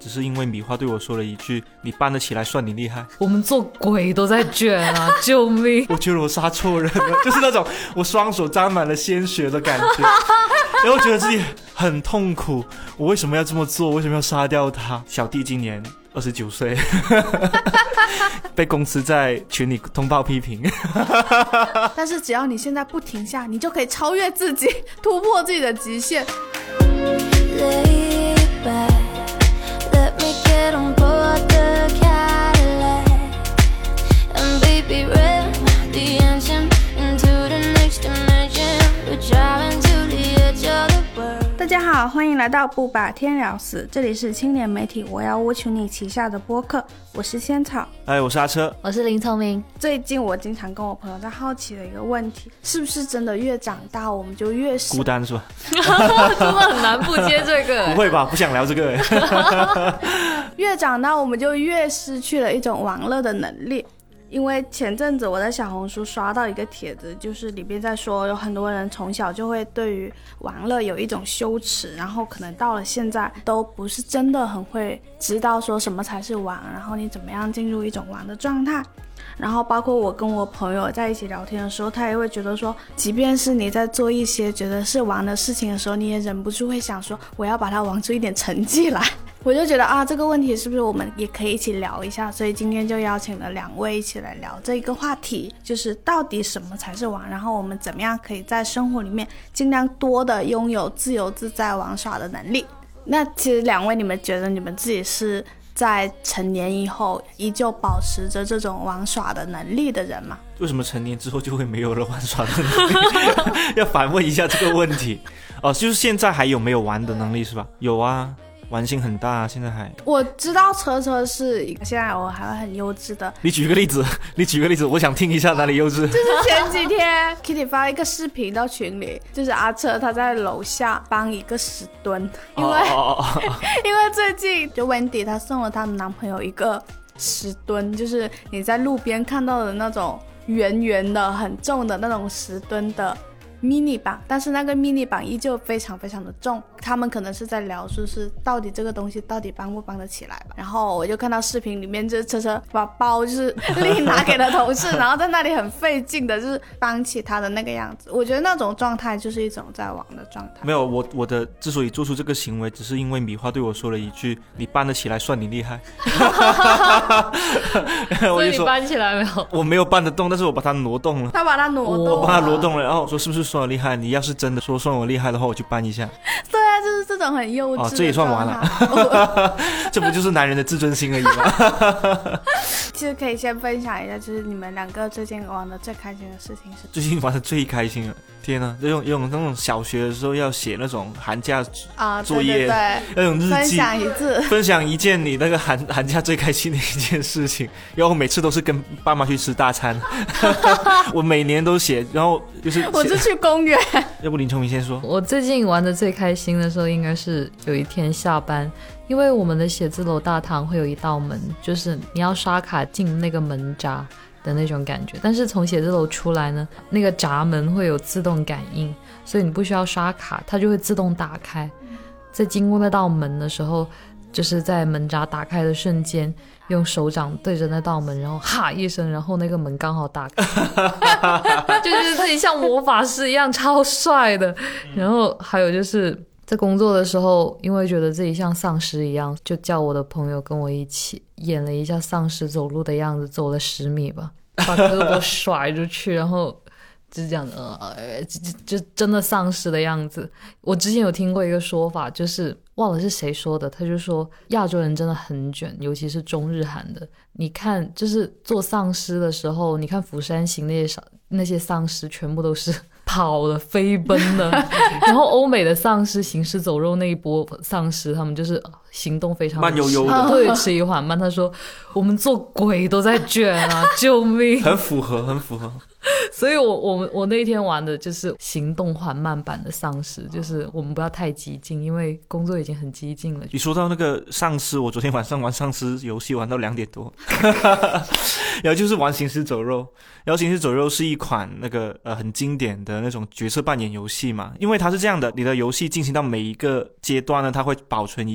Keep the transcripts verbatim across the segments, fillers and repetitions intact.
只是因为米花对我说了一句你搬得起来算你厉害。 我们做鬼都在卷啊救命。 我觉得我杀错人了，就是那种我双手沾满了鲜血的感觉然后觉得自己很痛苦，我为什么要这么做，为什么要杀掉他。小弟今年二十九岁被公司在群里通报批评但是只要你现在不停下，你就可以超越自己，突破自己的极限。大家好，欢迎来到不把天聊死，这里是青年媒体我要我求你旗下的播客，我是仙草。 哎，我是阿车， 我是林聪明。 最近我经常跟我朋友在好奇的一个问题，是不是真的越长大我们就越孤单是吧真的很难不接这个不会吧，不想聊这个越长大我们就越失去了一种玩乐的能力。因为前阵子我在小红书刷到一个帖子，就是里边在说有很多人从小就会对于玩乐有一种羞耻，然后可能到了现在都不是真的很会知道说什么才是玩，然后你怎么样进入一种玩的状态。然后包括我跟我朋友在一起聊天的时候，他也会觉得说，即便是你在做一些觉得是玩的事情的时候，你也忍不住会想说我要把它玩出一点成绩来。我就觉得啊，这个问题是不是我们也可以一起聊一下，所以今天就邀请了两位一起来聊这个话题，就是到底什么才是玩，然后我们怎么样可以在生活里面尽量多的拥有自由自在玩耍的能力。那其实两位，你们觉得你们自己是在成年以后依旧保持着这种玩耍的能力的人吗？ 为什么成年之后就会没有了玩耍的能力要反问一下这个问题哦，就是现在还有没有玩的能力是吧？有啊，玩性很大啊，现在还。 我知道车车是一个，现在我还会很幼稚的。 你举个例子，你举个例子，我想听一下哪里幼稚。 就是前几天 Kitty 发一个视频到群里，就是阿车他在楼下帮一个石墩，因为、oh, oh, oh, oh. 因为最近就 Wendy 她送了她的男朋友一个石墩，就是你在路边看到的那种圆圆的很重的那种石墩的mini 版，但是那个 mini 版依旧非常非常的重。他们可能是在聊说是到底这个东西到底帮不帮得起来吧。然后我就看到视频里面，就是车车把包就是力拿给了同事然后在那里很费劲的就是帮起他的那个样子。我觉得那种状态就是一种在玩的状态。 没有，我我的之所以做出这个行为，只是因为米花对我说了一句你搬得起来算你厉害所以你搬起来没有？ 我没有搬得动，但是我把它挪动了。 他把它挪动了， 我把它挪动了，然后我说是不是算我厉害？你要是真的说算我厉害的话，我就搬一下。 对啊，就是这种很幼稚的状态。 哦，这也算完了这不就是男人的自尊心而已吗其实可以先分享一下，就是你们两个最近玩的最开心的事情是？ 最近玩的最开心了，天哪！用用那种小学的时候要写那种寒假作业， 啊、对对对， 那种日记， 分享一次， 分享一件你那个寒寒假最开心的一件事情，然后每次都是跟爸妈去吃大餐我每年都写，然后就是我是去公园要不林聪明先说。 我最近玩的最开心的时候应该是有一天下班，因为我们的写字楼大堂会有一道门，就是你要刷卡进那个门闸的那种感觉，但是从写字楼出来呢，那个闸门会有自动感应，所以你不需要刷卡，它就会自动打开。在经过那道门的时候，就是在门闸打开的瞬间，用手掌对着那道门，然后哈一声，然后那个门刚好打开就是它像魔法师一样超帅的。然后还有就是在工作的时候，因为觉得自己像丧尸一样，就叫我的朋友跟我一起演了一下丧尸走路的样子，走了十米吧，把胳膊甩出去然后就是这样的、呃、就, 就真的丧尸的样子。我之前有听过一个说法，就是忘了是谁说的，他就说亚洲人真的很卷，尤其是中日韩的。你看就是做丧尸的时候，你看釜山行那些那些丧尸全部都是跑的飞奔的然后欧美的丧尸行尸走肉那一波丧尸，他们就是行动非常慢悠悠的， 对，迟疑缓慢。他说我们做鬼都在卷啊救命， 很符合很符合所以我我我那天玩的就是行动缓慢版的丧尸，就是我们不要太激进，因为工作已经很激进了。 你说到那个丧尸，我昨天晚上玩丧尸游戏玩到两点多然后就是玩行尸走肉，然后行尸走肉是一款那个呃很经典的那种角色扮演游戏嘛，因为它是这样的，你的游戏进行到每一个阶段呢，它会保存一下的，然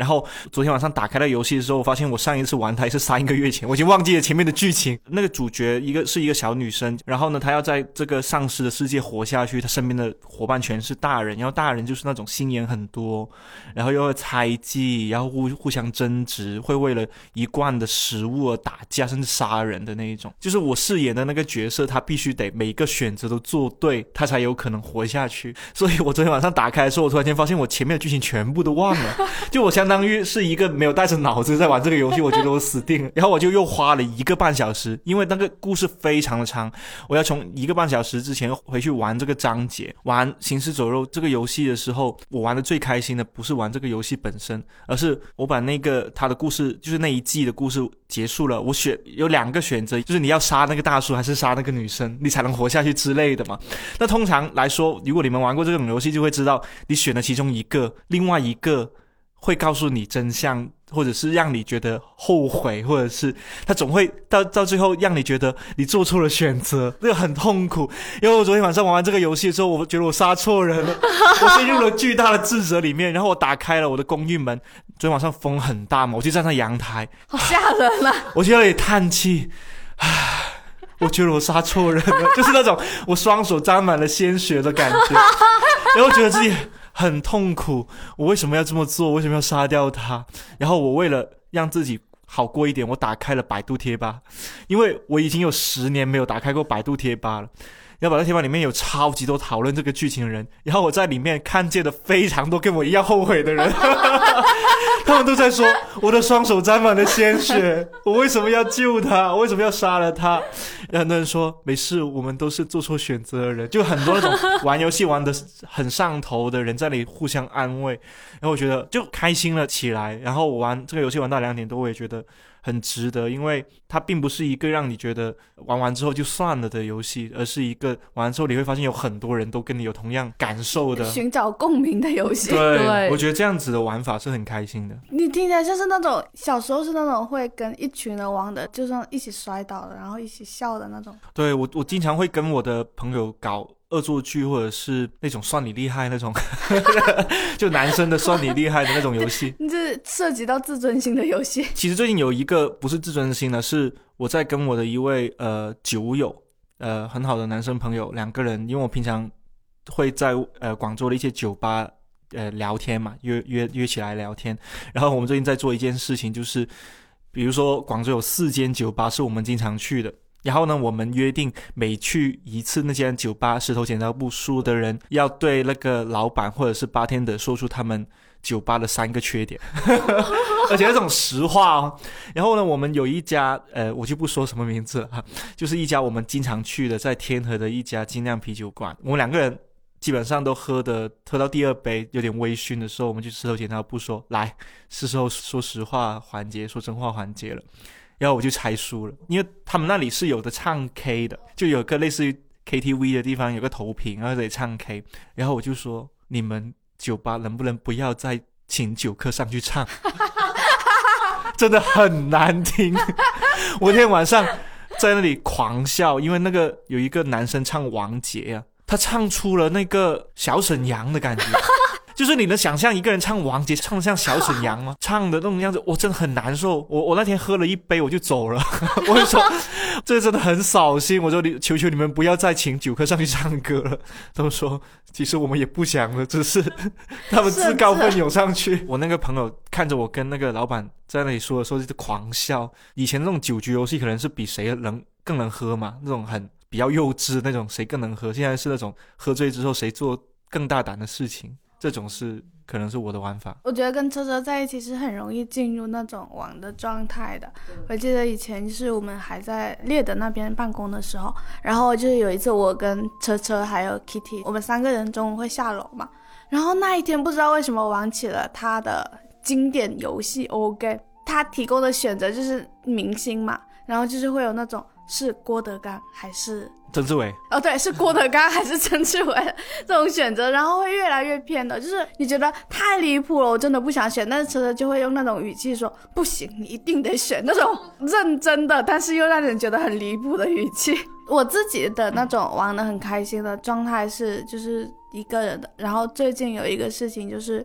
后昨天晚上打开了游戏的时候，我发现我上一次玩它是三个月前，我已经忘记了前面的剧情。那个主角一个是一个小女生，然后呢她要在这个丧尸的世界活下去，她身边的伙伴全是大人，然后大人就是那种心眼很多，然后又会猜忌，然后互互相争执，会为了一罐的食物而打架甚至杀人的那一种。就是我饰演的那个角色，他必须得每个选择都做对，他才有可能活下去。所以我昨天晚上打开的时候，我突然间发现我前面的剧情全部都忘了，就我相当于是一个没有带着脑子在玩这个游戏，我觉得我死定了。然后我就又花了一个半小时，因为那个故事非常的长，我要从一个半小时之前回去玩这个章节。玩行尸走肉这个游戏的时候，我玩的最开心的不是玩这个游戏本身，而是我把那个他的故事，就是那一季的故事结束了，我选有两个选择，就是你要杀那个大叔还是杀那个女生，你才能活下去之类的嘛。那通常来说，如果你们玩过这种游戏，就会知道你选了其中一个，另外一个会告诉你真相，或者是让你觉得后悔，或者是他总会到到最后让你觉得你做错了选择，这个很痛苦。因为我昨天晚上玩完这个游戏的时候，我觉得我杀错人了，我陷入了巨大的自责里面。然后我打开了我的公寓门，昨天晚上风很大嘛，我就站在阳台， 好吓人啊！ 我就在那里叹气，唉，我觉得我杀错人了，就是那种我双手沾满了鲜血的感觉，然后觉得自己很痛苦，我为什么要这么做？为什么要杀掉他？然后我为了让自己好过一点，我打开了百度贴吧，因为我已经有十年没有打开过百度贴吧了。然后百度贴吧里面有超级多讨论这个剧情的人，然后我在里面看见了非常多跟我一样后悔的人他们都在说我的双手沾满了鲜血，我为什么要救他？我为什么要杀了他？然后很多人说没事，我们都是做错选择的人，就很多那种玩游戏玩得很上头的人在那里互相安慰，然后我觉得就开心了起来。然后我玩这个游戏玩到两点多，我也觉得很值得，因为它并不是一个让你觉得玩完之后就算了的游戏，而是一个玩完之后你会发现有很多人都跟你有同样感受的， 寻找共鸣的游戏。 对， 对我觉得这样子的玩法是很开心的。 你听起来像是那种小时候是那种会跟一群人玩的，就算一起摔倒的，然后一起笑的那种。 对，我我经常会跟我的朋友搞恶作剧，或者是那种算你厉害那种就男生的算你厉害的那种游戏。 你这涉及到自尊心的游戏。 其实最近有一个不是自尊心的，是我在跟我的一位呃酒友，呃很好的男生朋友，两个人，因为我平常会在呃广州的一些酒吧呃聊天嘛，约约约起来聊天。然后我们最近在做一件事情，就是比如说广州有四间酒吧是我们经常去的，然后呢我们约定每去一次那间酒吧，石头剪刀布输的人要对那个老板或者是bartender说出他们酒吧的三个缺点而且那种实话哦。然后呢我们有一家呃我就不说什么名字了哈，就是一家我们经常去的，在天河的一家精酿啤酒馆。我们两个人基本上都喝的喝到第二杯有点微醺的时候，我们就石头剪刀布说，来是时候说实话环节，说真话环节了。然后我就猜输了，因为他们那里是有的唱 K 的，就有个类似于 K T V 的地方，有个投屏，然后得唱 K。然后我就说，你们酒吧能不能不要再请酒客上去唱真的很难听我那天晚上在那里狂笑，因为那个有一个男生唱王杰啊，他唱出了那个小沈阳的感觉就是你能想象一个人唱王杰唱得像小沈阳吗？唱的那种样子我真的很难受。我我那天喝了一杯我就走了我就说这个真的很扫兴，我说你求求你们不要再请酒客上去唱歌了。他们说其实我们也不想了，只是他们自告奋勇上去。我那个朋友看着我跟那个老板在那里说的时候就是狂笑。以前那种酒局游戏可能是比谁能更能喝嘛，那种很比较幼稚那种谁更能喝，现在是那种喝醉之后谁做更大胆的事情，这种是可能是我的玩法。 我觉得跟车车在一起是很容易进入那种玩的状态的。我记得以前就是我们还在猎德那边办公的时候，然后就是有一次我跟车车还有 Kitty 我们三个人中午会下楼嘛，然后那一天不知道为什么玩起了他的经典游戏 O Game， 他提供的选择就是明星嘛，然后就是会有那种是郭德纲还是曾志伟， 哦对，是郭德纲还是曾志伟这种选择，然后会越来越偏的，就是你觉得太离谱了，我真的不想选，但是车车就会用那种语气说不行你一定得选，那种认真的但是又让人觉得很离谱的语气。我自己的那种玩得很开心的状态是就是一个人的，然后最近有一个事情就是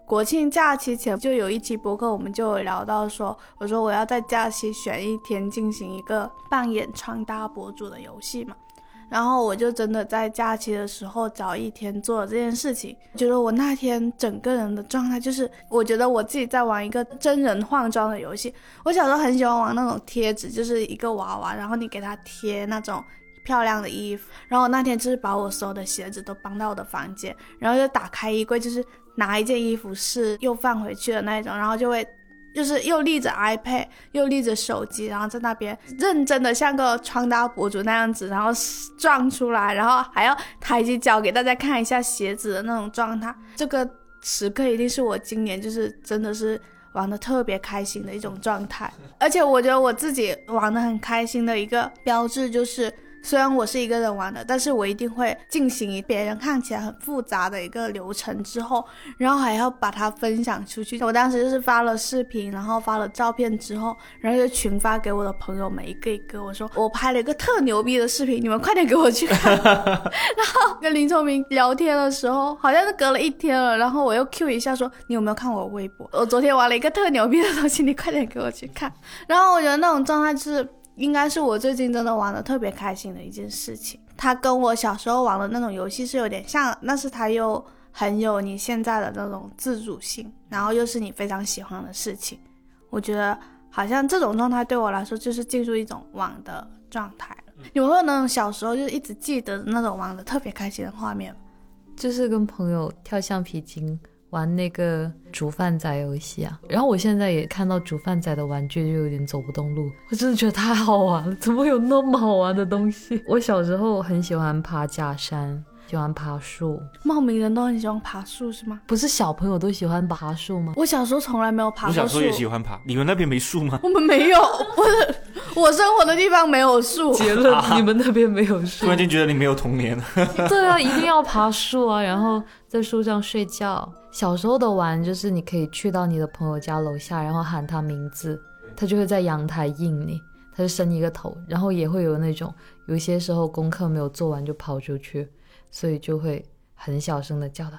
国庆假期前就有一期播客，我们就有聊到说，我说我要在假期选一天进行一个扮演穿搭博主的游戏嘛，然后我就真的在假期的时候找一天做了这件事情。觉得我那天整个人的状态就是，我觉得我自己在玩一个真人换装的游戏。我小时候很喜欢玩那种贴纸，就是一个娃娃，然后你给它贴那种漂亮的衣服，然后我那天就是把我所有的鞋子都搬到我的房间，然后就打开衣柜，就是拿一件衣服试又放回去的那种，然后就会就是又立着 iPad 又立着手机，然后在那边认真的像个穿搭博主那样子，然后撞出来，然后还要抬起脚给大家看一下鞋子的那种状态。这个时刻一定是我今年就是真的是玩得特别开心的一种状态。而且我觉得我自己玩得很开心的一个标志就是，虽然我是一个人玩的，但是我一定会进行别人看起来很复杂的一个流程之后，然后还要把它分享出去。我当时就是发了视频，然后发了照片之后，然后就群发给我的朋友们一个一个，我说我拍了一个特牛逼的视频，你们快点给我去看。然后跟林聪明聊天的时候，好像是隔了一天了，然后我又 Q 一下说，你有没有看我微博？我昨天玩了一个特牛逼的东西，你快点给我去看。然后我觉得那种状态就是应该是我最近真的玩的特别开心的一件事情。它跟我小时候玩的那种游戏是有点像，但是它又很有你现在的那种自主性，然后又是你非常喜欢的事情。我觉得好像这种状态对我来说就是进入一种玩的状态了。你们会有那种小时候就一直记得那种玩的特别开心的画面吗？ 就是跟朋友跳橡皮筋玩那个煮饭仔游戏啊，然后我现在也看到煮饭仔的玩具就有点走不动路，我真的觉得太好玩了，怎么有那么好玩的东西。我小时候很喜欢爬假山，喜欢爬树。 茂名人都很喜欢爬树是吗？ 不是小朋友都喜欢爬树吗？ 我小时候从来没有爬过树。 我小时候也喜欢爬。你们那边没树吗？ 我们没有，我的我生活的地方没有树。 结论、啊、你们那边没有树。 突然间觉得你没有童年。 对啊，一定要爬树啊，然后在树上睡觉。小时候的玩就是你可以去到你的朋友家楼下，然后喊他名字，他就会在阳台应你，他就伸一个头，然后也会有那种有些时候功课没有做完就跑出去，所以就会很小声的叫他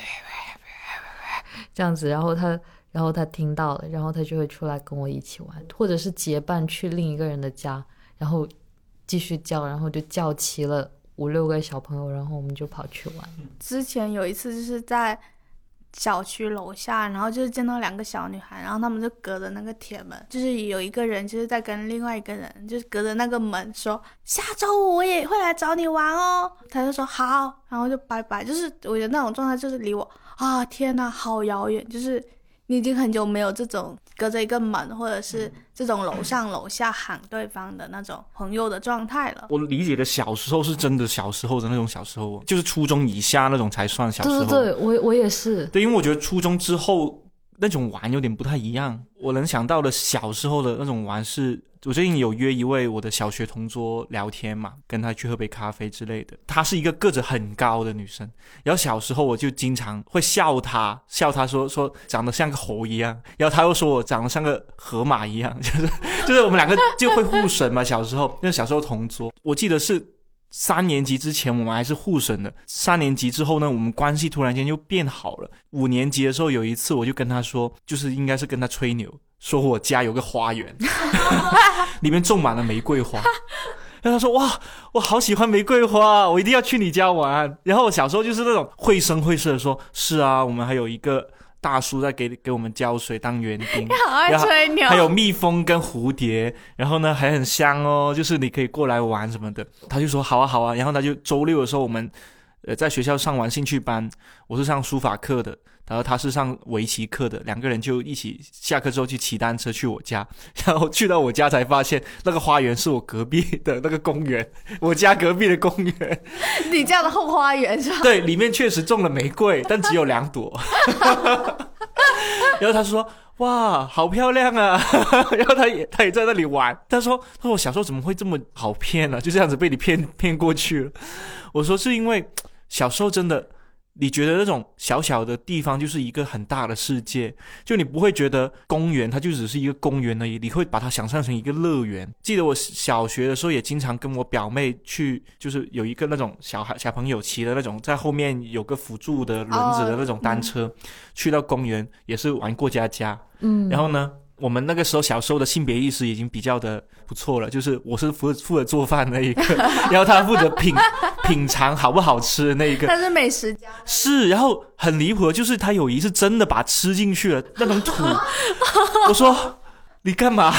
这样子，然后他然后他听到了，然后他就会出来跟我一起玩，或者是结伴去另一个人的家，然后继续叫，然后就叫齐了五六个小朋友，然后我们就跑去玩。 之前有一次就是在小区楼下，然后就是见到两个小女孩，然后他们就隔着那个铁门，就是有一个人就是在跟另外一个人就是隔着那个门说下周五我也会来找你玩哦，他就说好，然后就拜拜。就是我觉得那种状态就是离我啊天哪好遥远，就是你已经很久没有这种隔着一个门或者是这种楼上楼下喊对方的那种朋友的状态了。 我理解的小时候是真的小时候的那种小时候，就是初中以下那种才算小时候。 对对对，我我也是。 对，因为我觉得初中之后那种玩有点不太一样。我能想到的小时候的那种玩是，我最近有约一位我的小学同桌聊天嘛，跟他去喝杯咖啡之类的。她是一个个子很高的女生，然后小时候我就经常会笑她，笑她说说长得像个猴一样，然后她又说我长得像个河马一样，就是就是我们两个就会互审嘛。小时候因为小时候同桌，我记得是三年级之前我们还是互审的，三年级之后呢，我们关系突然间就变好了。五年级的时候有一次我就跟他说，就是应该是跟他吹牛，说我家有个花园里面种满了玫瑰花，然后他说哇我好喜欢玫瑰花，我一定要去你家玩。然后我小时候就是那种绘声绘色的说是啊，我们还有一个大叔在给给我们浇水当园丁， 好爱吹牛， 还有蜜蜂跟蝴蝶，然后呢还很香哦，就是你可以过来玩什么的。他就说好啊好啊，然后他就周六的时候我们呃在学校上完兴趣班，我是上书法课的，然后他是上围棋课的，两个人就一起下课之后去骑单车去我家，然后去到我家才发现那个花园是我隔壁的那个公园，我家隔壁的公园。 你家的后花园是吧？ 对，里面确实种了玫瑰，但只有两朵。然后他说哇好漂亮啊然后他也他也在那里玩，他说他说我小时候怎么会这么好骗呢、啊？就这样子被你骗骗过去了。我说是因为小时候真的你觉得那种小小的地方就是一个很大的世界，就你不会觉得公园它就只是一个公园而已，你会把它想象成一个乐园。记得我小学的时候也经常跟我表妹去，就是有一个那种小孩小朋友骑的那种在后面有个辅助的轮子的那种单车、哦嗯、去到公园也是玩过家家。嗯，然后呢我们那个时候小时候的性别意识已经比较的不错了，就是我是负负责做饭那一个然后他负责品品尝好不好吃的那一个， 他是美食家。 是，然后很离谱的就是他有一次真的把吃进去了那种土我说你干嘛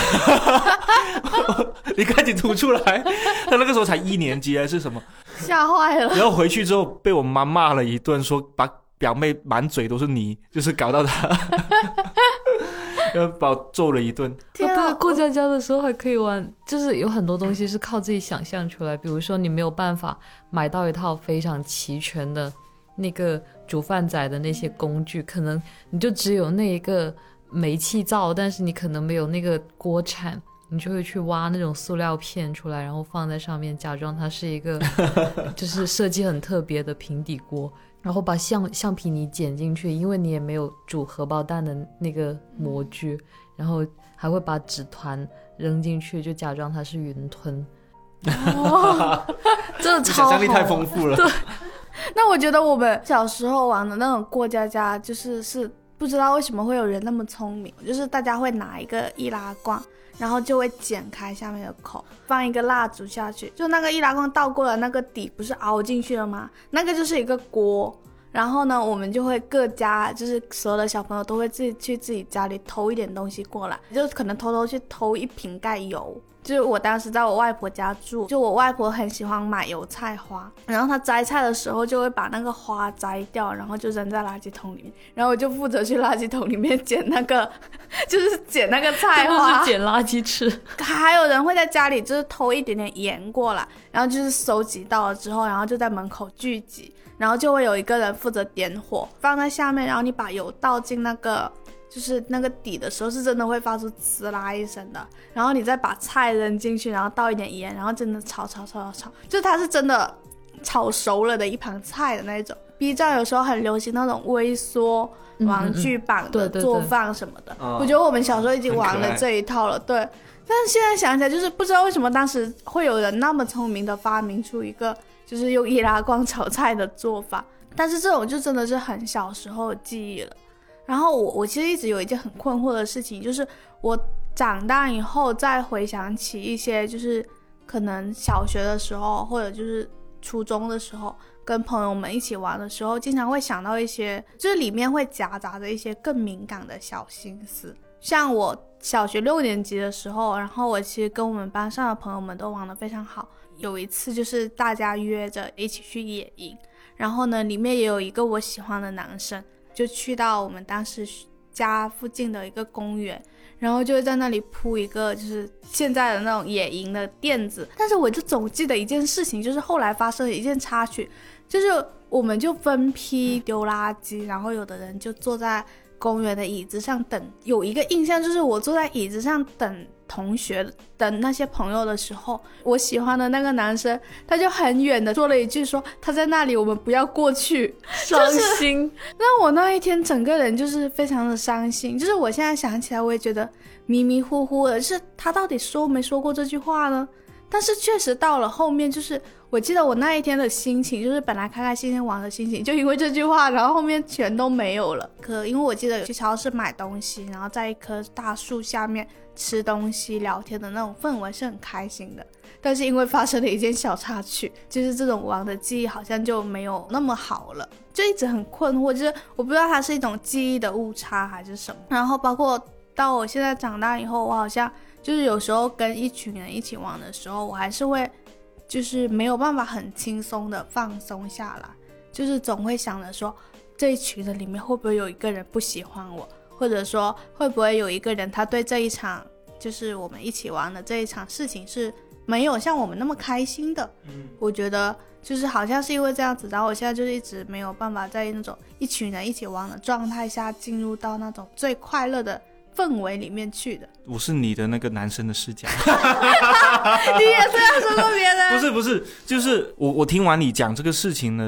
你赶紧吐出来，他那个时候才一年级还是什么， 吓坏了。 然后回去之后被我妈骂了一顿，说把表妹满嘴都是泥，就是搞到他然后把我揍了一顿。 天啊，过家家的时候还可以玩，就是有很多东西是靠自己想象出来，比如说你没有办法买到一套非常齐全的那个煮饭仔的那些工具，可能你就只有那一个煤气灶，但是你可能没有那个锅铲，你就会去挖那种塑料片出来，然后放在上面，假装它是一个就是设计很特别的平底锅，然后把橡橡皮泥剪进去，因为你也没有煮荷包蛋的那个模具，然后还会把纸团扔进去，就假装它是云吞。哇，真的超好， 想象力太丰富了。 对，那我觉得我们小时候玩的那种过家家，就是是不知道为什么会有人那么聪明，就是大家会拿一个易拉罐，然后就会剪开下面的口，放一个蜡烛下去，就那个易拉罐倒过了，那个底不是凹进去了吗？那个就是一个锅。然后呢我们就会各家，就是所有的小朋友都会自己去自己家里偷一点东西过来，就可能偷偷去偷一瓶盖油。就是我当时在我外婆家住，就我外婆很喜欢买油菜花，然后她摘菜的时候就会把那个花摘掉，然后就扔在垃圾桶里面，然后我就负责去垃圾桶里面捡那个就是捡那个菜花， 就是捡垃圾吃。 还有人会在家里就是偷一点点盐过来，然后就是收集到了之后，然后就在门口聚集，然后就会有一个人负责点火放在下面，然后你把油倒进那个就是那个底的时候是真的会发出呲啦一声的，然后你再把菜扔进去，然后倒一点盐，然后真的炒炒炒炒炒，就它是真的炒熟了的一盘菜的那种。 B 站有时候很流行那种微缩玩具版的做饭什么的、嗯嗯、我觉得我们小时候已经玩了这一套了，对。但是现在想起来就是不知道为什么当时会有人那么聪明的发明出一个就是用易拉罐炒菜的做法，但是这种就真的是很小时候的记忆了。然后我我其实一直有一件很困惑的事情，就是我长大以后再回想起一些就是可能小学的时候或者就是初中的时候跟朋友们一起玩的时候，经常会想到一些就是里面会夹杂着一些更敏感的小心思。像我小学六年级的时候，然后我其实跟我们班上的朋友们都玩得非常好，有一次就是大家约着一起去野营，然后呢里面也有一个我喜欢的男生，就去到我们当时家附近的一个公园，然后就在那里铺一个就是现在的那种野营的垫子。但是我就总记得一件事情，就是后来发生了一件插曲，就是我们就分批丢垃圾，然后有的人就坐在公园的椅子上等，有一个印象就是我坐在椅子上等同学等那些朋友的时候，我喜欢的那个男生他就很远的说了一句说他在那里我们不要过去， 伤心、就是、 那我那一天整个人就是非常的伤心，就是我现在想起来我也觉得迷迷糊糊的，就是他到底说没说过这句话呢？但是确实到了后面，就是我记得我那一天的心情，就是本来开开心心玩的心情，就因为这句话然后后面全都没有了。可因为我记得有去超市买东西，然后在一棵大树下面吃东西聊天的那种氛围是很开心的，但是因为发生了一件小插曲，就是这种玩的记忆好像就没有那么好了，就一直很困惑，就是我不知道它是一种记忆的误差还是什么。然后包括到我现在长大以后，我好像就是有时候跟一群人一起玩的时候，我还是会就是没有办法很轻松的放松下来，就是总会想着说这一群人里面会不会有一个人不喜欢我，或者说会不会有一个人他对这一场就是我们一起玩的这一场事情是没有像我们那么开心的、嗯、我觉得就是好像是因为这样子，然后我现在就是一直没有办法在那种一群人一起玩的状态下进入到那种最快乐的氛围里面去的。 我是你的那个男生的视角你也这样说过别人？ 不是不是，就是我我听完你讲这个事情呢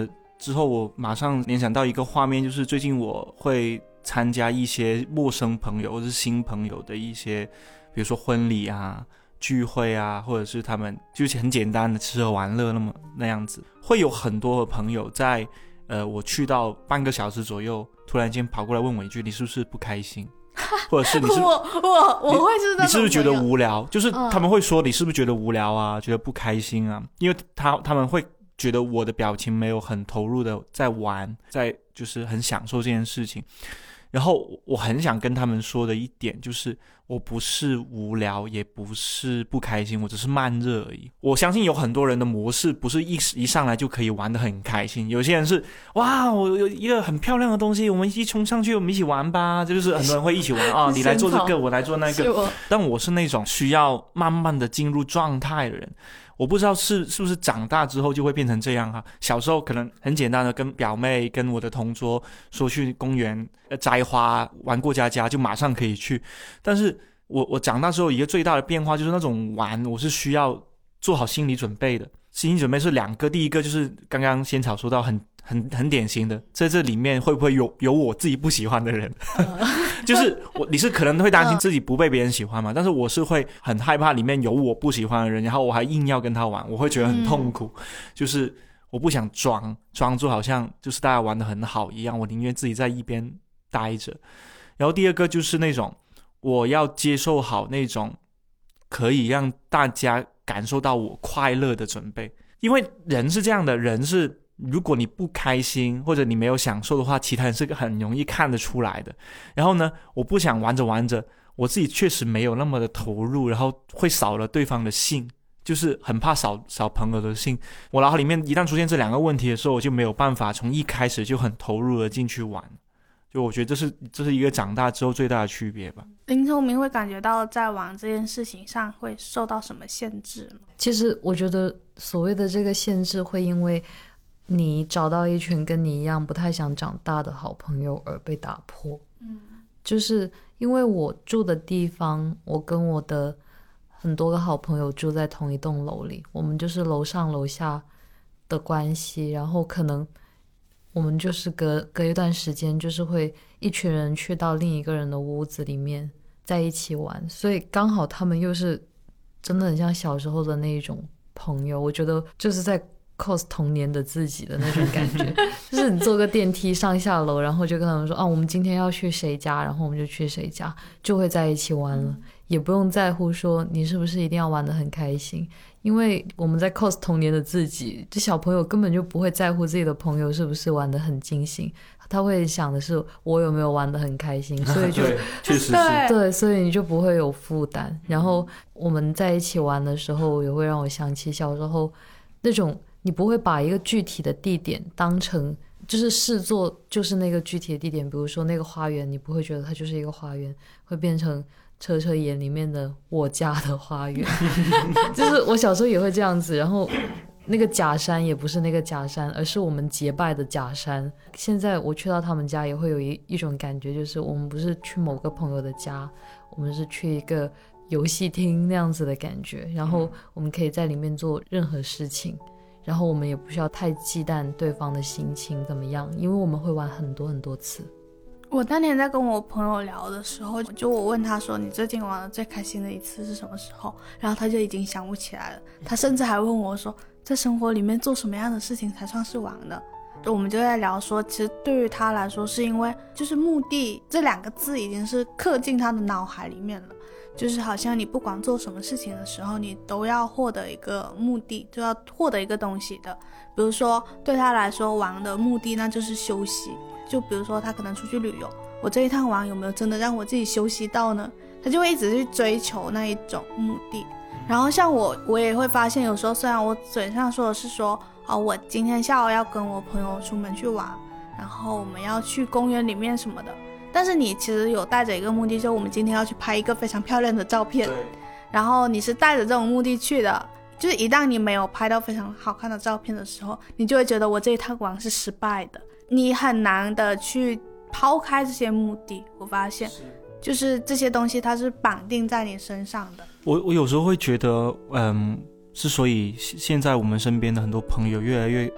之后，我马上联想到一个画面，就是最近我会参加一些陌生朋友或是新朋友的一些，比如说婚礼啊、聚会啊，或者是他们就是很简单的吃喝玩乐那么那样子，会有很多的朋友在呃我去到半个小时左右，突然间跑过来问我一句：“你是不是不开心？”或者是你是我我我会是那种你是不是觉得朋友无聊？就是他们会说你是不是觉得无聊啊，觉得不开心啊？因为他他们会觉得我的表情没有很投入的在玩，在就是很享受这件事情。然后我很想跟他们说的一点就是，我不是无聊，也不是不开心，我只是慢热而已。我相信有很多人的模式不是一一上来就可以玩得很开心，有些人是哇，我有一个很漂亮的东西，我们一起冲上去，我们一起玩吧，就是很多人会一起玩啊，你来做这个，我来做那个。 我但我是那种需要慢慢的进入状态的人。我不知道是是不是长大之后就会变成这样哈。小时候可能很简单的跟表妹跟我的同桌说去公园摘花玩过家家就马上可以去，但是我我长大之后一个最大的变化就是那种玩我是需要做好心理准备的。心理准备是两个，第一个就是刚刚仙草说到很很很典型的，在这里面会不会有有我自己不喜欢的人就是我你是可能会担心自己不被别人喜欢嘛，但是我是会很害怕里面有我不喜欢的人，然后我还硬要跟他玩，我会觉得很痛苦、嗯、就是我不想装装作好像就是大家玩得很好一样，我宁愿自己在一边待着。然后第二个就是那种我要接受好那种可以让大家感受到我快乐的准备，因为人是这样的，人是如果你不开心或者你没有享受的话，其他人是很容易看得出来的。然后呢，我不想玩着玩着我自己确实没有那么的投入，然后会少了对方的兴，就是很怕少少朋友的兴。我脑海里面一旦出现这两个问题的时候，我就没有办法从一开始就很投入的进去玩。就我觉得这是这是一个长大之后最大的区别吧。 林聪明会感觉到在玩这件事情上会受到什么限制吗？ 其实我觉得所谓的这个限制会因为你找到一群跟你一样不太想长大的好朋友而被打破。嗯，就是因为我住的地方，我跟我的很多个好朋友住在同一栋楼里，我们就是楼上楼下的关系，然后可能我们就是隔隔一段时间就是会一群人去到另一个人的屋子里面在一起玩，所以刚好他们又是真的很像小时候的那种朋友，我觉得就是在 cos 童年的自己的那种感觉就是你坐个电梯上下楼，然后就跟他们说啊，我们今天要去谁家，然后我们就去谁家，就会在一起玩了、嗯、也不用在乎说你是不是一定要玩得很开心，因为我们在 cos 童年的自己，这小朋友根本就不会在乎自己的朋友是不是玩得很尽兴，他会想的是我有没有玩得很开心，所以就对，确实是对，所以你就不会有负担。然后我们在一起玩的时候也会让我想起小时候那种你不会把一个具体的地点当成就是视作就是那个具体的地点，比如说那个花园，你不会觉得它就是一个花园，会变成车车眼里面的我家的花园就是我小时候也会这样子，然后那个假山也不是那个假山，而是我们结拜的假山。现在我去到他们家也会有一一种感觉，就是我们不是去某个朋友的家，我们是去一个游戏厅那样子的感觉，然后我们可以在里面做任何事情，然后我们也不需要太忌惮对方的心情怎么样，因为我们会玩很多很多次。 我当年在跟我朋友聊的时候，就我问他说你最近玩的最开心的一次是什么时候，然后他就已经想不起来了，他甚至还问我说在生活里面做什么样的事情才算是玩的。我们就在聊说其实对于他来说是因为就是目的这两个字已经是刻进他的脑海里面了，就是好像你不管做什么事情的时候你都要获得一个目的，就要获得一个东西的。比如说对他来说玩的目的那就是休息，就比如说他可能出去旅游，我这一趟玩有没有真的让我自己休息到呢，他就会一直去追求那一种目的。然后像我我也会发现有时候虽然我嘴上说的是说哦，我今天下午要跟我朋友出门去玩，然后我们要去公园里面什么的，但是你其实有带着一个目的，就是我们今天要去拍一个非常漂亮的照片，然后你是带着这种目的去的，就是一旦你没有拍到非常好看的照片的时候，你就会觉得我这一趟玩是失败的，你很难的去抛开这些目的。我发现就是这些东西它是绑定在你身上的。 我我有时候会觉得嗯，之所以现在我们身边的很多朋友越来越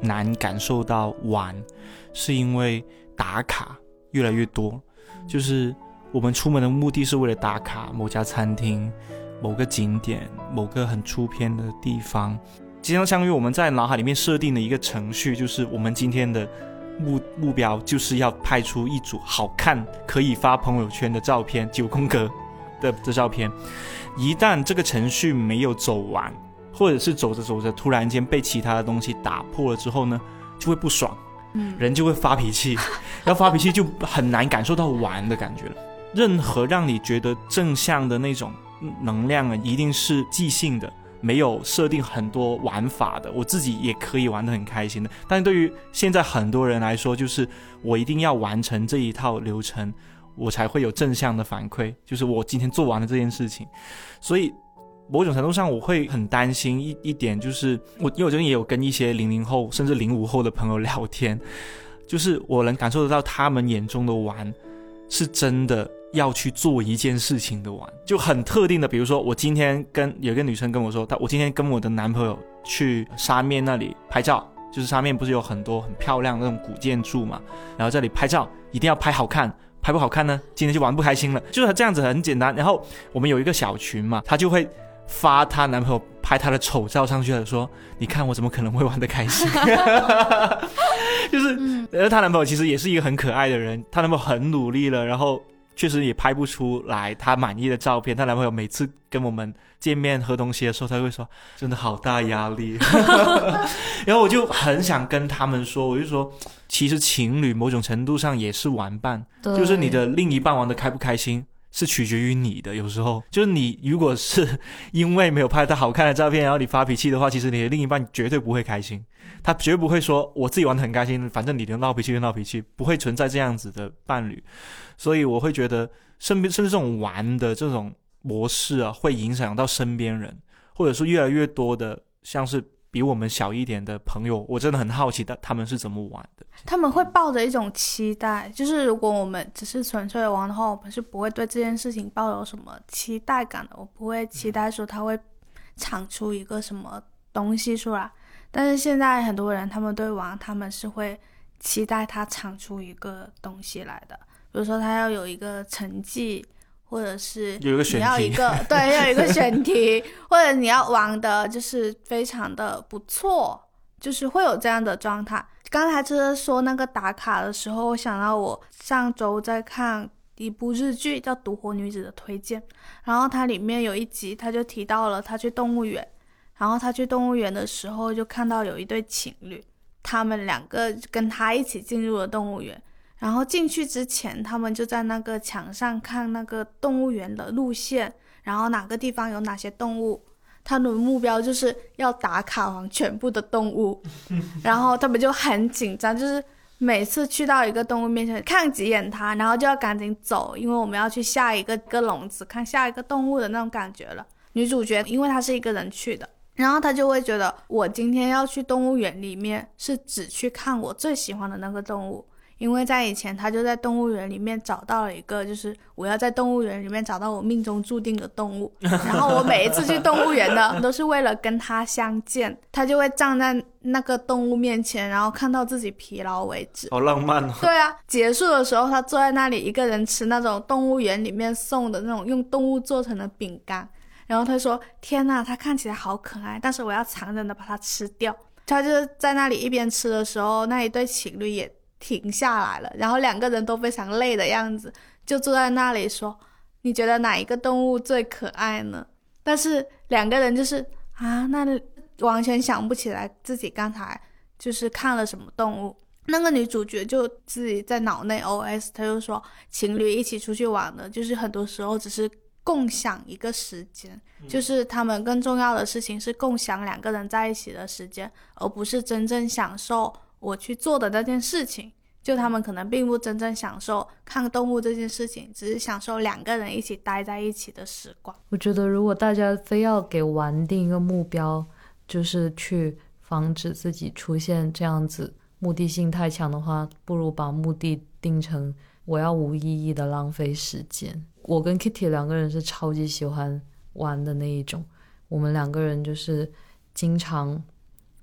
难感受到玩，是因为打卡越来越多，就是我们出门的目的是为了打卡某家餐厅、某个景点、某个很出片的地方。即将相遇，我们在脑海里面设定的一个程序，就是我们今天的目目标就是要拍出一组好看可以发朋友圈的照片，九宫格 的, 的照片。一旦这个程序没有走完，或者是走着走着突然间被其他的东西打破了之后呢，就会不爽，嗯，人就会发脾气，然后发脾气就很难感受到玩的感觉了。任何让你觉得正向的那种能量啊，一定是即兴的，没有设定很多玩法的，我自己也可以玩得很开心的。但是对于现在很多人来说，就是我一定要完成这一套流程，我才会有正向的反馈，就是我今天做完了这件事情。所以某种程度上我会很担心 一, 一点，就是我因为我最近也有跟一些零零后甚至零五后的朋友聊天，就是我能感受得到他们眼中的玩是真的要去做一件事情的玩，就很特定的。比如说我今天跟有一个女生跟我说，她我今天跟我的男朋友去沙面那里拍照，就是沙面不是有很多很漂亮的那种古建筑嘛，然后这里拍照一定要拍好看，拍不好看呢今天就玩不开心了，就是这样子很简单。然后我们有一个小群嘛，她就会发她男朋友拍她的丑照上去了，说你看我怎么可能会玩得开心就是呃，她男朋友其实也是一个很可爱的人，她男朋友很努力了，然后确实也拍不出来她满意的照片。她男朋友每次跟我们见面喝东西的时候，他会说真的好大压力然后我就很想跟他们说，我就说其实情侣某种程度上也是玩伴，就是你的另一半玩得开不开心是取决于你的。有时候就是你如果是因为没有拍到好看的照片然后你发脾气的话，其实你的另一半绝对不会开心，他绝对不会说我自己玩得很开心，反正你就闹脾气就闹脾气，不会存在这样子的伴侣。所以我会觉得身边甚至这种玩的这种模式啊，会影响到身边人，或者说越来越多的像是比我们小一点的朋友，我真的很好奇他们是怎么玩的。 他们会抱着一种期待，就是如果我们只是纯粹的玩的话，我们是不会对这件事情抱有什么期待感的，我不会期待说他会产出一个什么东西出来。但是现在很多人他们对玩，他们是会期待他产出一个东西来的，比如说他要有一个成绩，或者是有一个选题， 你要一个对，要有一个选题或者你要玩的就是非常的不错，就是会有这样的状态。刚才就是说那个打卡的时候，我想到我上周在看一部日剧叫《独活女子的推荐》，然后它里面有一集他就提到了他去动物园，然后他去动物园的时候就看到有一对情侣，他们两个跟他一起进入了动物园，然后进去之前他们就在那个墙上看那个动物园的路线，然后哪个地方有哪些动物，他们的目标就是要打卡完全部的动物然后他们就很紧张，就是每次去到一个动物面前看几眼它，然后就要赶紧走，因为我们要去下一个个笼子看下一个动物的那种感觉了。女主角因为她是一个人去的，然后她就会觉得我今天要去动物园里面是只去看我最喜欢的那个动物，因为在以前他就在动物园里面找到了一个，就是我要在动物园里面找到我命中注定的动物然后我每一次去动物园呢都是为了跟他相见，他就会站在那个动物面前，然后看到自己疲劳为止。 好浪漫哦。 对啊，结束的时候他坐在那里一个人吃那种动物园里面送的那种用动物做成的饼干，然后他说天哪，他看起来好可爱，但是我要残忍的把它吃掉。他就在那里一边吃的时候，那一对情侣也停下来了，然后两个人都非常累的样子，就坐在那里说你觉得哪一个动物最可爱呢？但是两个人就是啊，那完全想不起来自己刚才就是看了什么动物。那个女主角就自己在脑内 O S， 她就说情侣一起出去玩的就是很多时候只是共享一个时间、嗯、就是他们更重要的事情是共享两个人在一起的时间，而不是真正享受我去做的那件事情。就他们可能并不真正享受看动物这件事情，只是享受两个人一起待在一起的时光。 我觉得如果大家非要给玩定一个目标，就是去防止自己出现这样子目的性太强的话，不如把目的定成我要无意义的浪费时间。我跟 Kitty 两个人是超级喜欢玩的那一种，我们两个人就是经常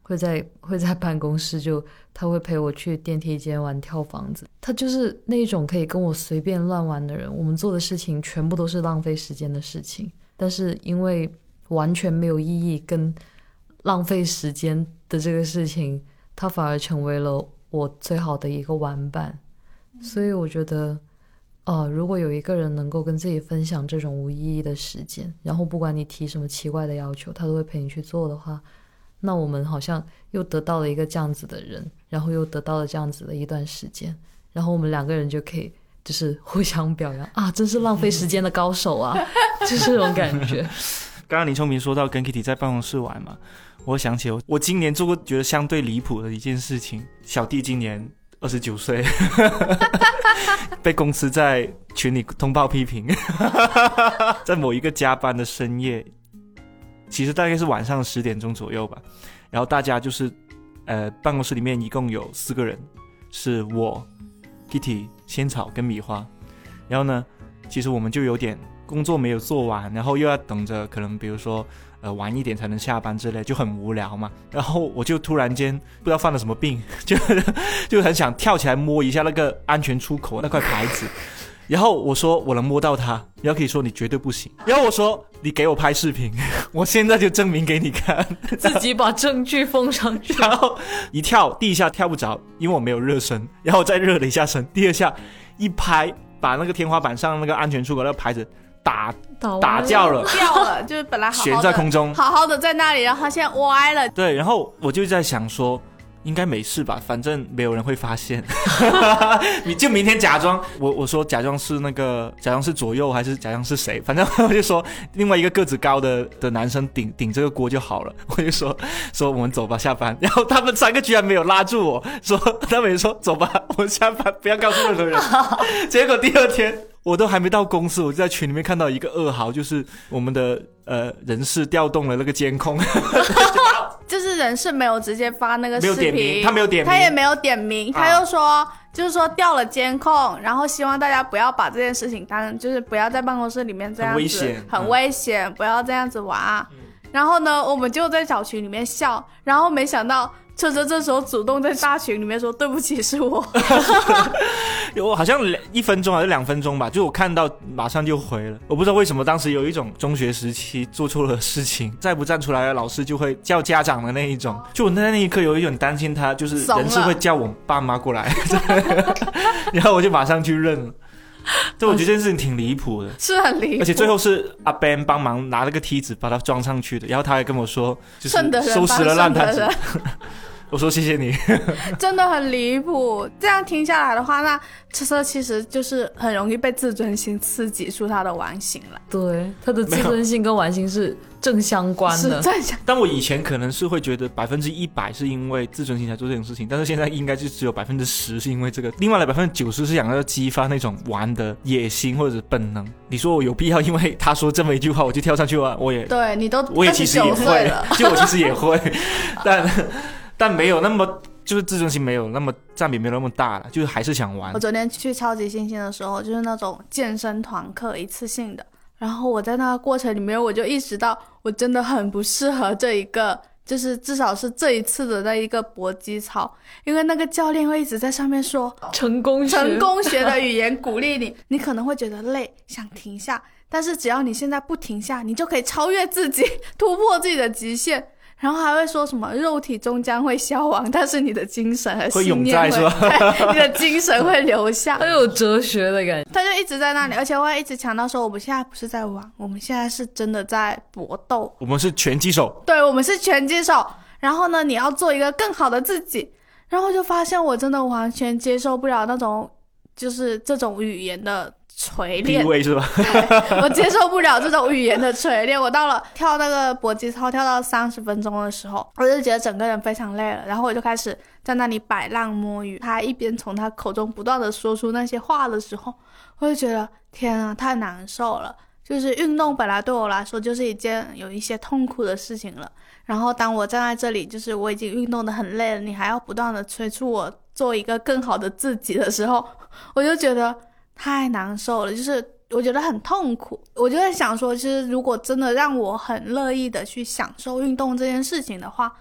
会在会在办公室就他会陪我去电梯间玩跳房子，他就是那种可以跟我随便乱玩的人，我们做的事情全部都是浪费时间的事情，但是因为完全没有意义跟浪费时间的这个事情，他反而成为了我最好的一个玩伴。所以我觉得呃，如果有一个人能够跟自己分享这种无意义的时间，然后不管你提什么奇怪的要求他都会陪你去做的话，那我们好像又得到了一个这样子的人，然后又得到了这样子的一段时间，然后我们两个人就可以就是互相表扬啊，真是浪费时间的高手啊就是这种感觉。 刚刚林聪明说到跟 Kitty 在办公室玩嘛，我想起我我今年做过觉得相对离谱的一件事情。小弟今年二十九岁被公司在群里通报批评在某一个加班的深夜，其实大概是晚上十点钟左右吧，然后大家就是呃，办公室里面一共有四个人，是我 Kitty 仙草跟米花，然后呢其实我们就有点工作没有做完，然后又要等着可能比如说呃晚一点才能下班之类，就很无聊嘛。然后我就突然间不知道犯了什么病，就就很想跳起来摸一下那个安全出口那块牌子，然后我说我能摸到它，然后可以说你绝对不行，然后我说你给我拍视频我现在就证明给你看自己把证据封上去然后一跳第一下跳不着，因为我没有热身，然后再热了一下身，第二下一拍把那个天花板上那个安全出口那个牌子打打掉了， 掉了，就是本来好好的悬在空中， 好好的在那里，然后它现在歪了。 对，然后我就在想说应该没事吧，反正没有人会发现你就明天假装我我说假装是那个假装是左右还是假装是谁，反正我就说另外一个个子高的的男生顶顶这个锅就好了，我就说说我们走吧下班，然后他们三个居然没有拉住我，说他们也说走吧我们下班不要告诉任何人结果第二天我都还没到公司，我就在群里面看到一个噩耗，就是我们的呃人事调动了那个监控就是人事没有直接发那个视频， 没有点名，他没有点名， 他也没有点名，他就说、啊、就是说调了监控，然后希望大家不要把这件事情当就是不要在办公室里面这样子， 很危险， 很危险、嗯、不要这样子玩、啊嗯、 然后呢我们就在小群里面笑，然后没想到车车这时候主动在大群里面说对不起是我有好像一分钟还是两分钟吧，就我看到马上就回了，我不知道为什么当时有一种中学时期做错了事情再不站出来老师就会叫家长的那一种，就我在那一刻有一种担心他就是人事会叫我爸妈过来然后我就马上去认了，对，我觉得这件事情挺离谱的， 是很离谱， 而且最后是阿 Ben 帮忙拿了个梯子把它装上去的，然后他还跟我说就是收拾了烂摊子我说谢谢你真的很离谱。这样听下来的话，那车车其实就是很容易被自尊心刺激出他的玩心了。 对，他的自尊心跟玩心是正相关的， 是正相。 但我以前可能是会觉得百分之一百是因为自尊心才做这种事情，但是现在应该就只有百分之十是因为这个，另外的百分之九十是想要激发那种玩的野心或者是本能。你说我有必要因为他说这么一句话我就跳上去玩？我也对你都我也其实也会就我其实也会但但没有那么就是自尊心没有那么占比没有那么大了，就是还是想玩。 我昨天去超级星星的时候就是那种健身团课一次性的，然后我在那个过程里面我就意识到我真的很不适合这一个就是至少是这一次的那一个搏击操，因为那个教练会一直在上面说成功学成功学的语言鼓励你你可能会觉得累想停下，但是只要你现在不停下你就可以超越自己突破自己的极限，然后还会说什么肉体终将会消亡但是你的精神和信念 会, 会永在是吧你的精神会留下很有哲学的感觉， 他就一直在那里，而且会一直强调说我们现在不是在玩，我们现在是真的在搏斗， 我们是拳击手， 对，我们是拳击手，然后呢你要做一个更好的自己，然后就发现我真的完全接受不了那种就是这种语言的锤炼， 地位是吧我接受不了这种语言的锤炼。我到了跳那个搏击操跳到三十分钟的时候我就觉得整个人非常累了，然后我就开始在那里摆浪摸鱼，他一边从他口中不断的说出那些话的时候我就觉得天啊太难受了，就是运动本来对我来说就是一件有一些痛苦的事情了，然后当我站在这里就是我已经运动得很累了，你还要不断的催促我做一个更好的自己的时候我就觉得太难受了，就是我觉得很痛苦。我就在想说其实如果真的让我很乐意的去享受运动这件事情的话，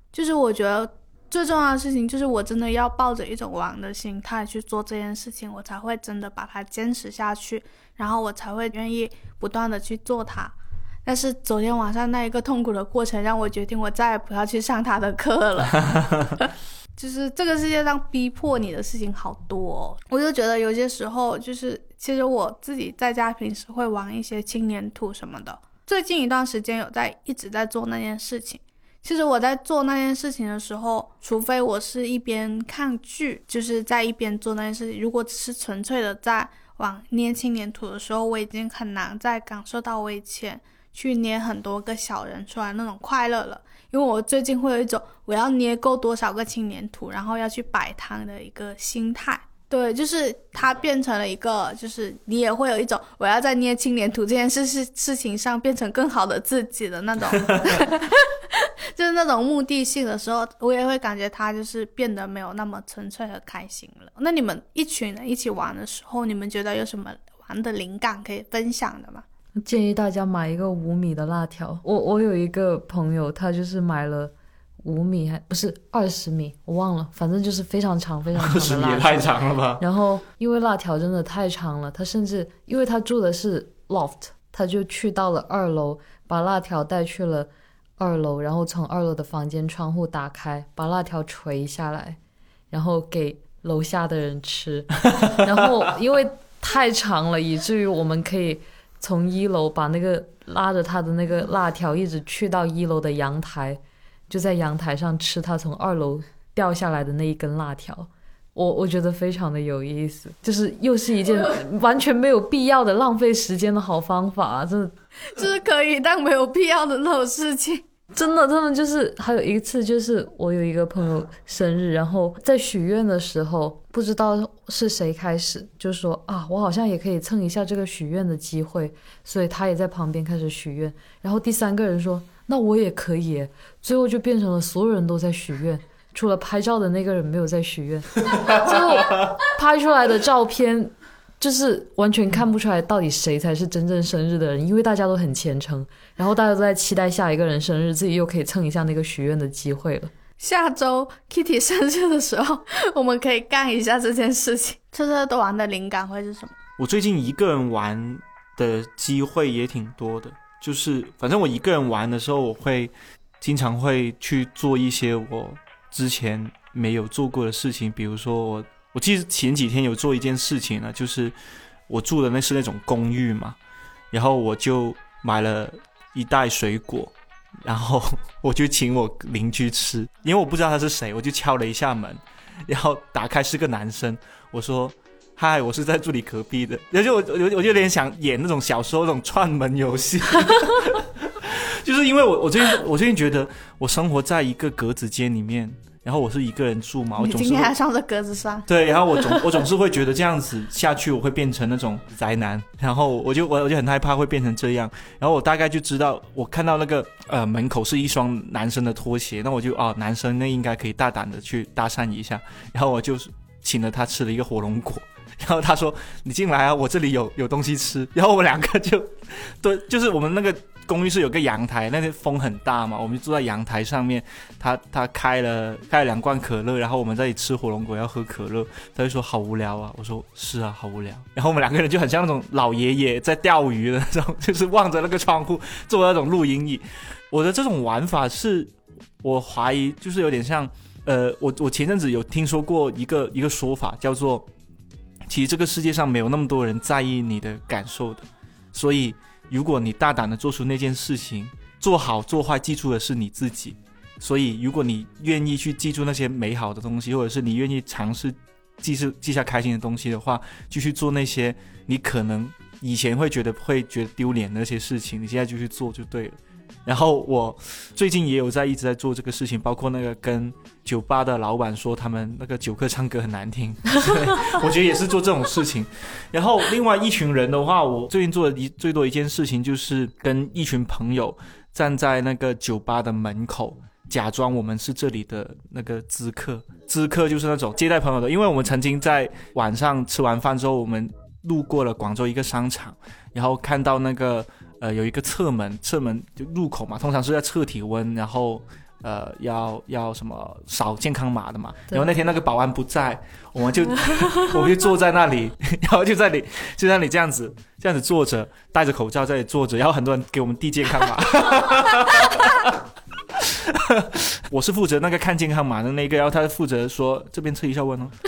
就是我觉得最重要的事情就是我真的要抱着一种玩的心态去做这件事情，我才会真的把它坚持下去，然后我才会愿意不断的去做它。但是昨天晚上那一个痛苦的过程让我决定我再也不要去上他的课了就是这个世界上逼迫你的事情好多哦，我就觉得有些时候就是其实我自己在家平时会玩一些轻黏土什么的，最近一段时间有在一直在做那件事情。其实我在做那件事情的时候，除非我是一边看剧，就是在一边做那件事情，如果只是纯粹的在往捏轻黏土的时候，我已经很难再感受到我以前去捏很多个小人出来那种快乐了。因为我最近会有一种我要捏够多少个轻黏土然后要去摆摊的一个心态。对，就是它变成了一个，就是你也会有一种我要在捏轻黏土这件事事事情上变成更好的自己的那种就是那种目的性的时候，我也会感觉它就是变得没有那么纯粹和开心了。那你们一群人一起玩的时候，你们觉得有什么玩的灵感可以分享的吗？ 建议大家买一个五米的辣条。我我有一个朋友，他就是买了五米还不是二十米，我忘了，反正就是非常长非常长的辣条。 二十米也太长了吧？ 然后因为辣条真的太长了，他甚至因为他住的是 loft， 他就去到了二楼，把辣条带去了二楼，然后从二楼的房间窗户打开，把辣条垂下来，然后给楼下的人吃。然后因为太长了，以至于我们可以从一楼把那个拉着他的那个辣条一直去到一楼的阳台，就在阳台上吃他从二楼掉下来的那一根辣条。我我觉得非常的有意思，就是又是一件完全没有必要的浪费时间的好方法、啊、真的就是可以但没有必要的那种事情。 真的真的就是还有一次，就是我有一个朋友生日，然后在许愿的时候不知道是谁开始就说啊，我好像也可以蹭一下这个许愿的机会，所以他也在旁边开始许愿，然后第三个人说那我也可以耶，最后就变成了所有人都在许愿，除了拍照的那个人没有在许愿最后拍出来的照片就是完全看不出来到底谁才是真正生日的人，因为大家都很虔诚，然后大家都在期待下一个人生日，自己又可以蹭一下那个许愿的机会了。 下周 Kitty 生日的时候我们可以干一下这件事情。这次的玩的灵感会是什么？ 我最近一个人玩的机会也挺多的，就是反正我一个人玩的时候，我会经常会去做一些我之前没有做过的事情。比如说我我记得前几天有做一件事情呢，就是我住的那是那种公寓嘛，然后我就买了一袋水果，然后我就请我邻居吃，因为我不知道他是谁，我就敲了一下门，然后打开是个男生，我说嗨，我是在住你隔壁的，然后我我我就有点想演那种小时候那种串门游戏就是因为我我最近我最近觉得我生活在一个格子间里面，然后我是一个人住嘛，我总是你今天还上着格子上， 对，然后我总我总是会觉得这样子下去我会变成那种宅男，然后我就我我就很害怕会变成这样，然后我大概就知道，我看到那个呃门口是一双男生的拖鞋，那我就哦男生那应该可以大胆的去搭讪一下，然后我就请了他吃了一个火龙果，然后他说你进来啊，我这里有有东西吃，然后我们两个就对，就是我们那个公寓是有个阳台，那天风很大嘛，我们就坐在阳台上面，他他开了开了两罐可乐，然后我们在这里吃火龙果要喝可乐，他就说好无聊啊，我说是啊好无聊，然后我们两个人就很像那种老爷爷在钓鱼的那种，就是望着那个窗户坐那种露营椅。我的这种玩法是我怀疑就是有点像呃我我前阵子有听说过一个一个说法，叫做其实这个世界上没有那么多人在意你的感受的，所以如果你大胆的做出那件事情，做好做坏记住的是你自己，所以如果你愿意去记住那些美好的东西，或者是你愿意尝试记是记下开心的东西的话，继续做那些你可能以前会觉得会觉得丢脸的那些事情，你现在就去做就对了。然后我最近也有在一直在做这个事情，包括那个跟酒吧的老板说他们那个酒客唱歌很难听我觉得也是做这种事情。然后另外一群人的话，我最近做的一最多一件事情就是跟一群朋友站在那个酒吧的门口，假装我们是这里的那个知客。知客就是那种接待朋友的，因为我们曾经在晚上吃完饭之后，我们路过了广州一个商场，然后看到那个呃有一个侧门，侧门就入口嘛，通常是在测体温，然后呃要要什么扫健康码的嘛，然后那天那个保安不在，我们就我们就坐在那里，然后就在那里就在那里这样子这样子坐着，戴着口罩在那里坐着，然后很多人给我们递健康码。我是负责那个看健康码的那个，然后他负责说这边测一下温哦。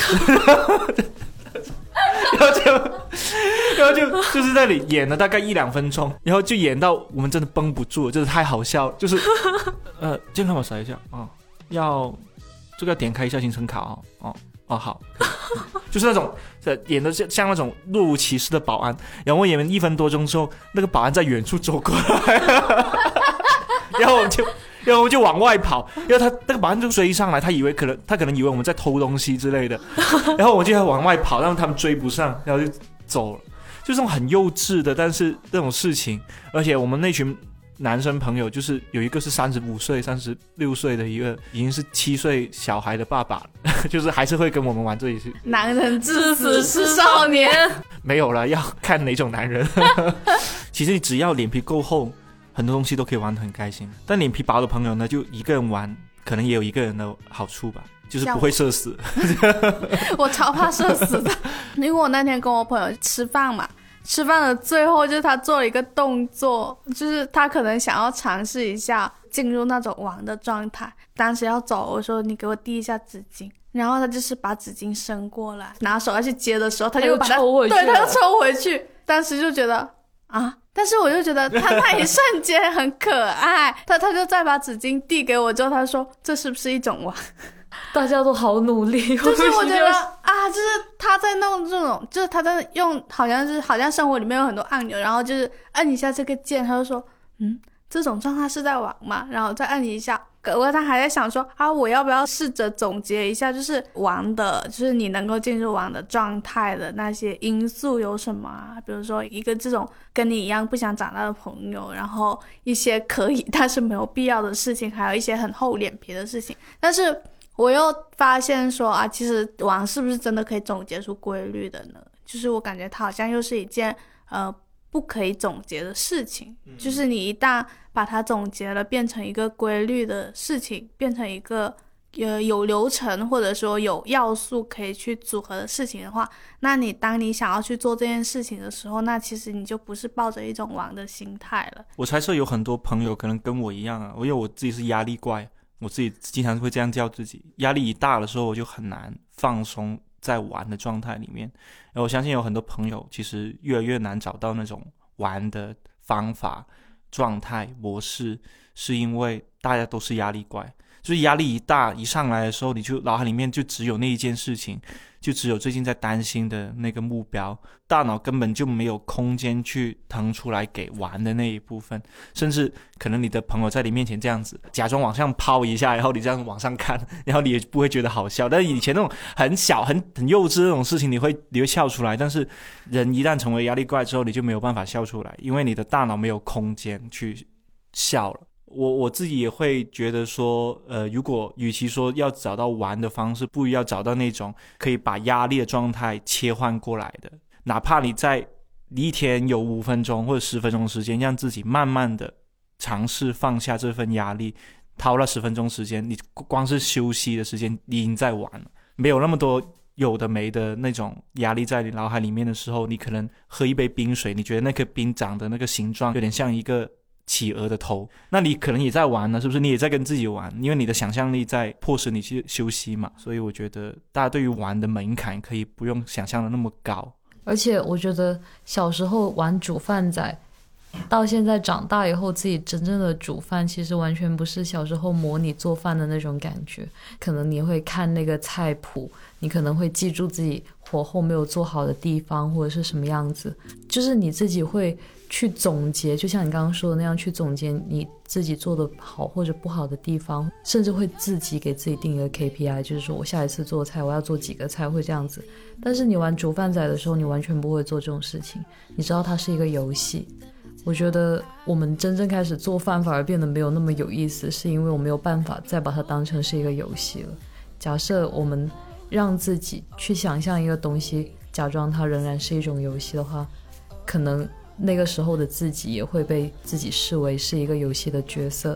然后就然后就就是在那里演了大概一两分钟，然后就演到我们真的绷不住了，就是太好笑，就是呃健康码扫一下哦，要这个要点开一下行程卡哦哦哦好，就是那种演的像那种若无其事的保安，然后我演完一分多钟之后，那个保安在远处走过来，然后我们就。然后我们就往外跑，然后他那个保安就追上来，他以为可能他可能以为我们在偷东西之类的，然后我就要往外跑，让他们追不上，然后就走了，就这种很幼稚的，但是这种事情，而且我们那群男生朋友就是有一个是三十五岁、三十六岁的一个已经是七岁小孩的爸爸，就是还是会跟我们玩这一些。 男人至死是少年， 没有了，要看哪种男人。其实你只要脸皮够厚。很多东西都可以玩得很开心，但脸皮薄的朋友呢，就一个人玩，可能也有一个人的好处吧，就是不会社死。 我超怕社死的，因为我那天跟我朋友吃饭嘛，吃饭的最后就是他做了一个动作，就是他可能想要尝试一下进入那种玩的状态。当时要走，我说你给我递一下纸巾，然后他就是把纸巾伸过来，拿手要去接的时候，他就把它抽回去， 对，他就抽回去。当时就觉得啊。但是我就觉得他那一瞬间很可爱，他他就再把纸巾递给我之后，他说这是不是一种玩？ 大家都好努力， 就是我觉得啊，就是他在弄这种，就是他在用，好像是好像生活里面有很多按钮，然后就是按一下这个键，他就说嗯，这种状态是在玩嘛，然后再按一下。可我他还在想说啊，我要不要试着总结一下，就是玩的，就是你能够进入玩的状态的那些因素有什么啊？比如说一个这种跟你一样不想长大的朋友，然后一些可以但是没有必要的事情，还有一些很厚脸皮的事情。但是我又发现说啊，其实玩是不是真的可以总结出规律的呢？就是我感觉它好像又是一件呃不可以总结的事情，就是你一旦把它总结了，变成一个规律的事情，变成一个呃有流程或者说有要素可以去组合的事情的话，那你当你想要去做这件事情的时候，那其实你就不是抱着一种玩的心态了。 我猜测有很多朋友可能跟我一样啊，因为我自己是压力怪，我自己经常会这样叫自己，压力一大的时候我就很难放松在玩的状态里面。我相信有很多朋友其实越来越难找到那种玩的方法、状态、模式，是因为大家都是压力怪，就是压力一大一上来的时候，你就脑海里面就只有那一件事情，就只有最近在担心的那个目标，大脑根本就没有空间去腾出来给玩的那一部分。甚至可能你的朋友在你面前这样子假装往上抛一下，然后你这样往上看，然后你也不会觉得好笑。但是以前那种很小很很幼稚的那种事情，你会你会笑出来，但是人一旦成为压力怪之后，你就没有办法笑出来，因为你的大脑没有空间去笑了。我我自己也会觉得说，呃，如果与其说要找到玩的方式，不如要找到那种可以把压力的状态切换过来的。哪怕你在你一天有五分钟或者十分钟的时间，让自己慢慢的尝试放下这份压力，掏了十分钟时间，你光是休息的时间，你已经在玩了，没有那么多有的没的那种压力在你脑海里面的时候，你可能喝一杯冰水，你觉得那颗冰长的那个形状有点像一个企鹅的头，那你可能也在玩呢，是不是？你也在跟自己玩，因为你的想象力在迫使你去休息嘛。所以我觉得大家对于玩的门槛可以不用想象的那么高。 而且我觉得小时候玩煮饭仔，到现在长大以后自己真正的煮饭，其实完全不是小时候模拟做饭的那种感觉。可能你会看那个菜谱，你可能会记住自己火候没有做好的地方或者是什么样子，就是你自己会去总结，就像你刚刚说的那样，去总结你自己做的好或者不好的地方，甚至会自己给自己定一个 K P I， 就是说我下一次做菜我要做几个菜，会这样子。但是你玩煮饭仔的时候，你完全不会做这种事情，你知道它是一个游戏。我觉得我们真正开始做饭反而变得没有那么有意思，是因为我没有办法再把它当成是一个游戏了。假设我们让自己去想象一个东西，假装它仍然是一种游戏的话，可能那个时候的自己也会被自己视为是一个游戏的角色，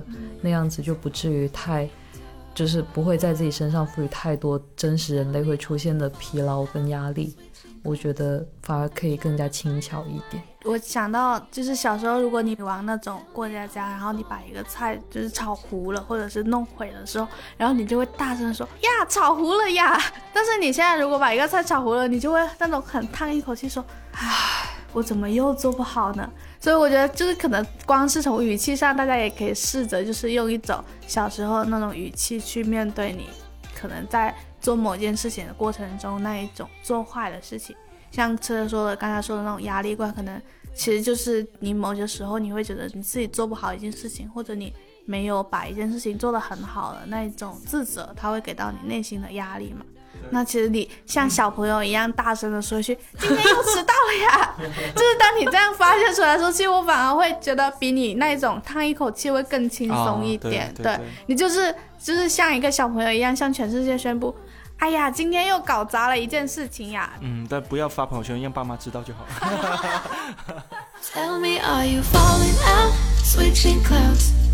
那样子就不至于太就是不会在自己身上赋予太多真实人类会出现的疲劳跟压力，我觉得反而可以更加轻巧一点。 我想到就是小时候，如果你玩那种过家家，然后你把一个菜就是炒糊了或者是弄毁的时候，然后你就会大声说呀炒糊了呀，但是你现在如果把一个菜炒糊了，你就会那种很叹一口气说唉我怎么又做不好呢？所以我觉得就是可能光是从语气上，大家也可以试着就是用一种小时候那种语气去面对你可能在做某件事情的过程中那一种做坏的事情。像车车说的刚才说的那种压力观，可能其实就是你某些时候你会觉得你自己做不好一件事情，或者你没有把一件事情做得很好的那一种自责，它会给到你内心的压力嘛。那其实你像小朋友一样大声的说一句今天又迟到了呀就是当你这样发泄出来的时候，其实我反而会觉得比你那种叹一口气会更轻松一点、哦、对, 对, 对, 对你就是就是像一个小朋友一样向全世界宣布哎呀今天又搞砸了一件事情呀。 嗯，但不要发朋友圈让爸妈知道就好 Tell me are you falling out switching clouds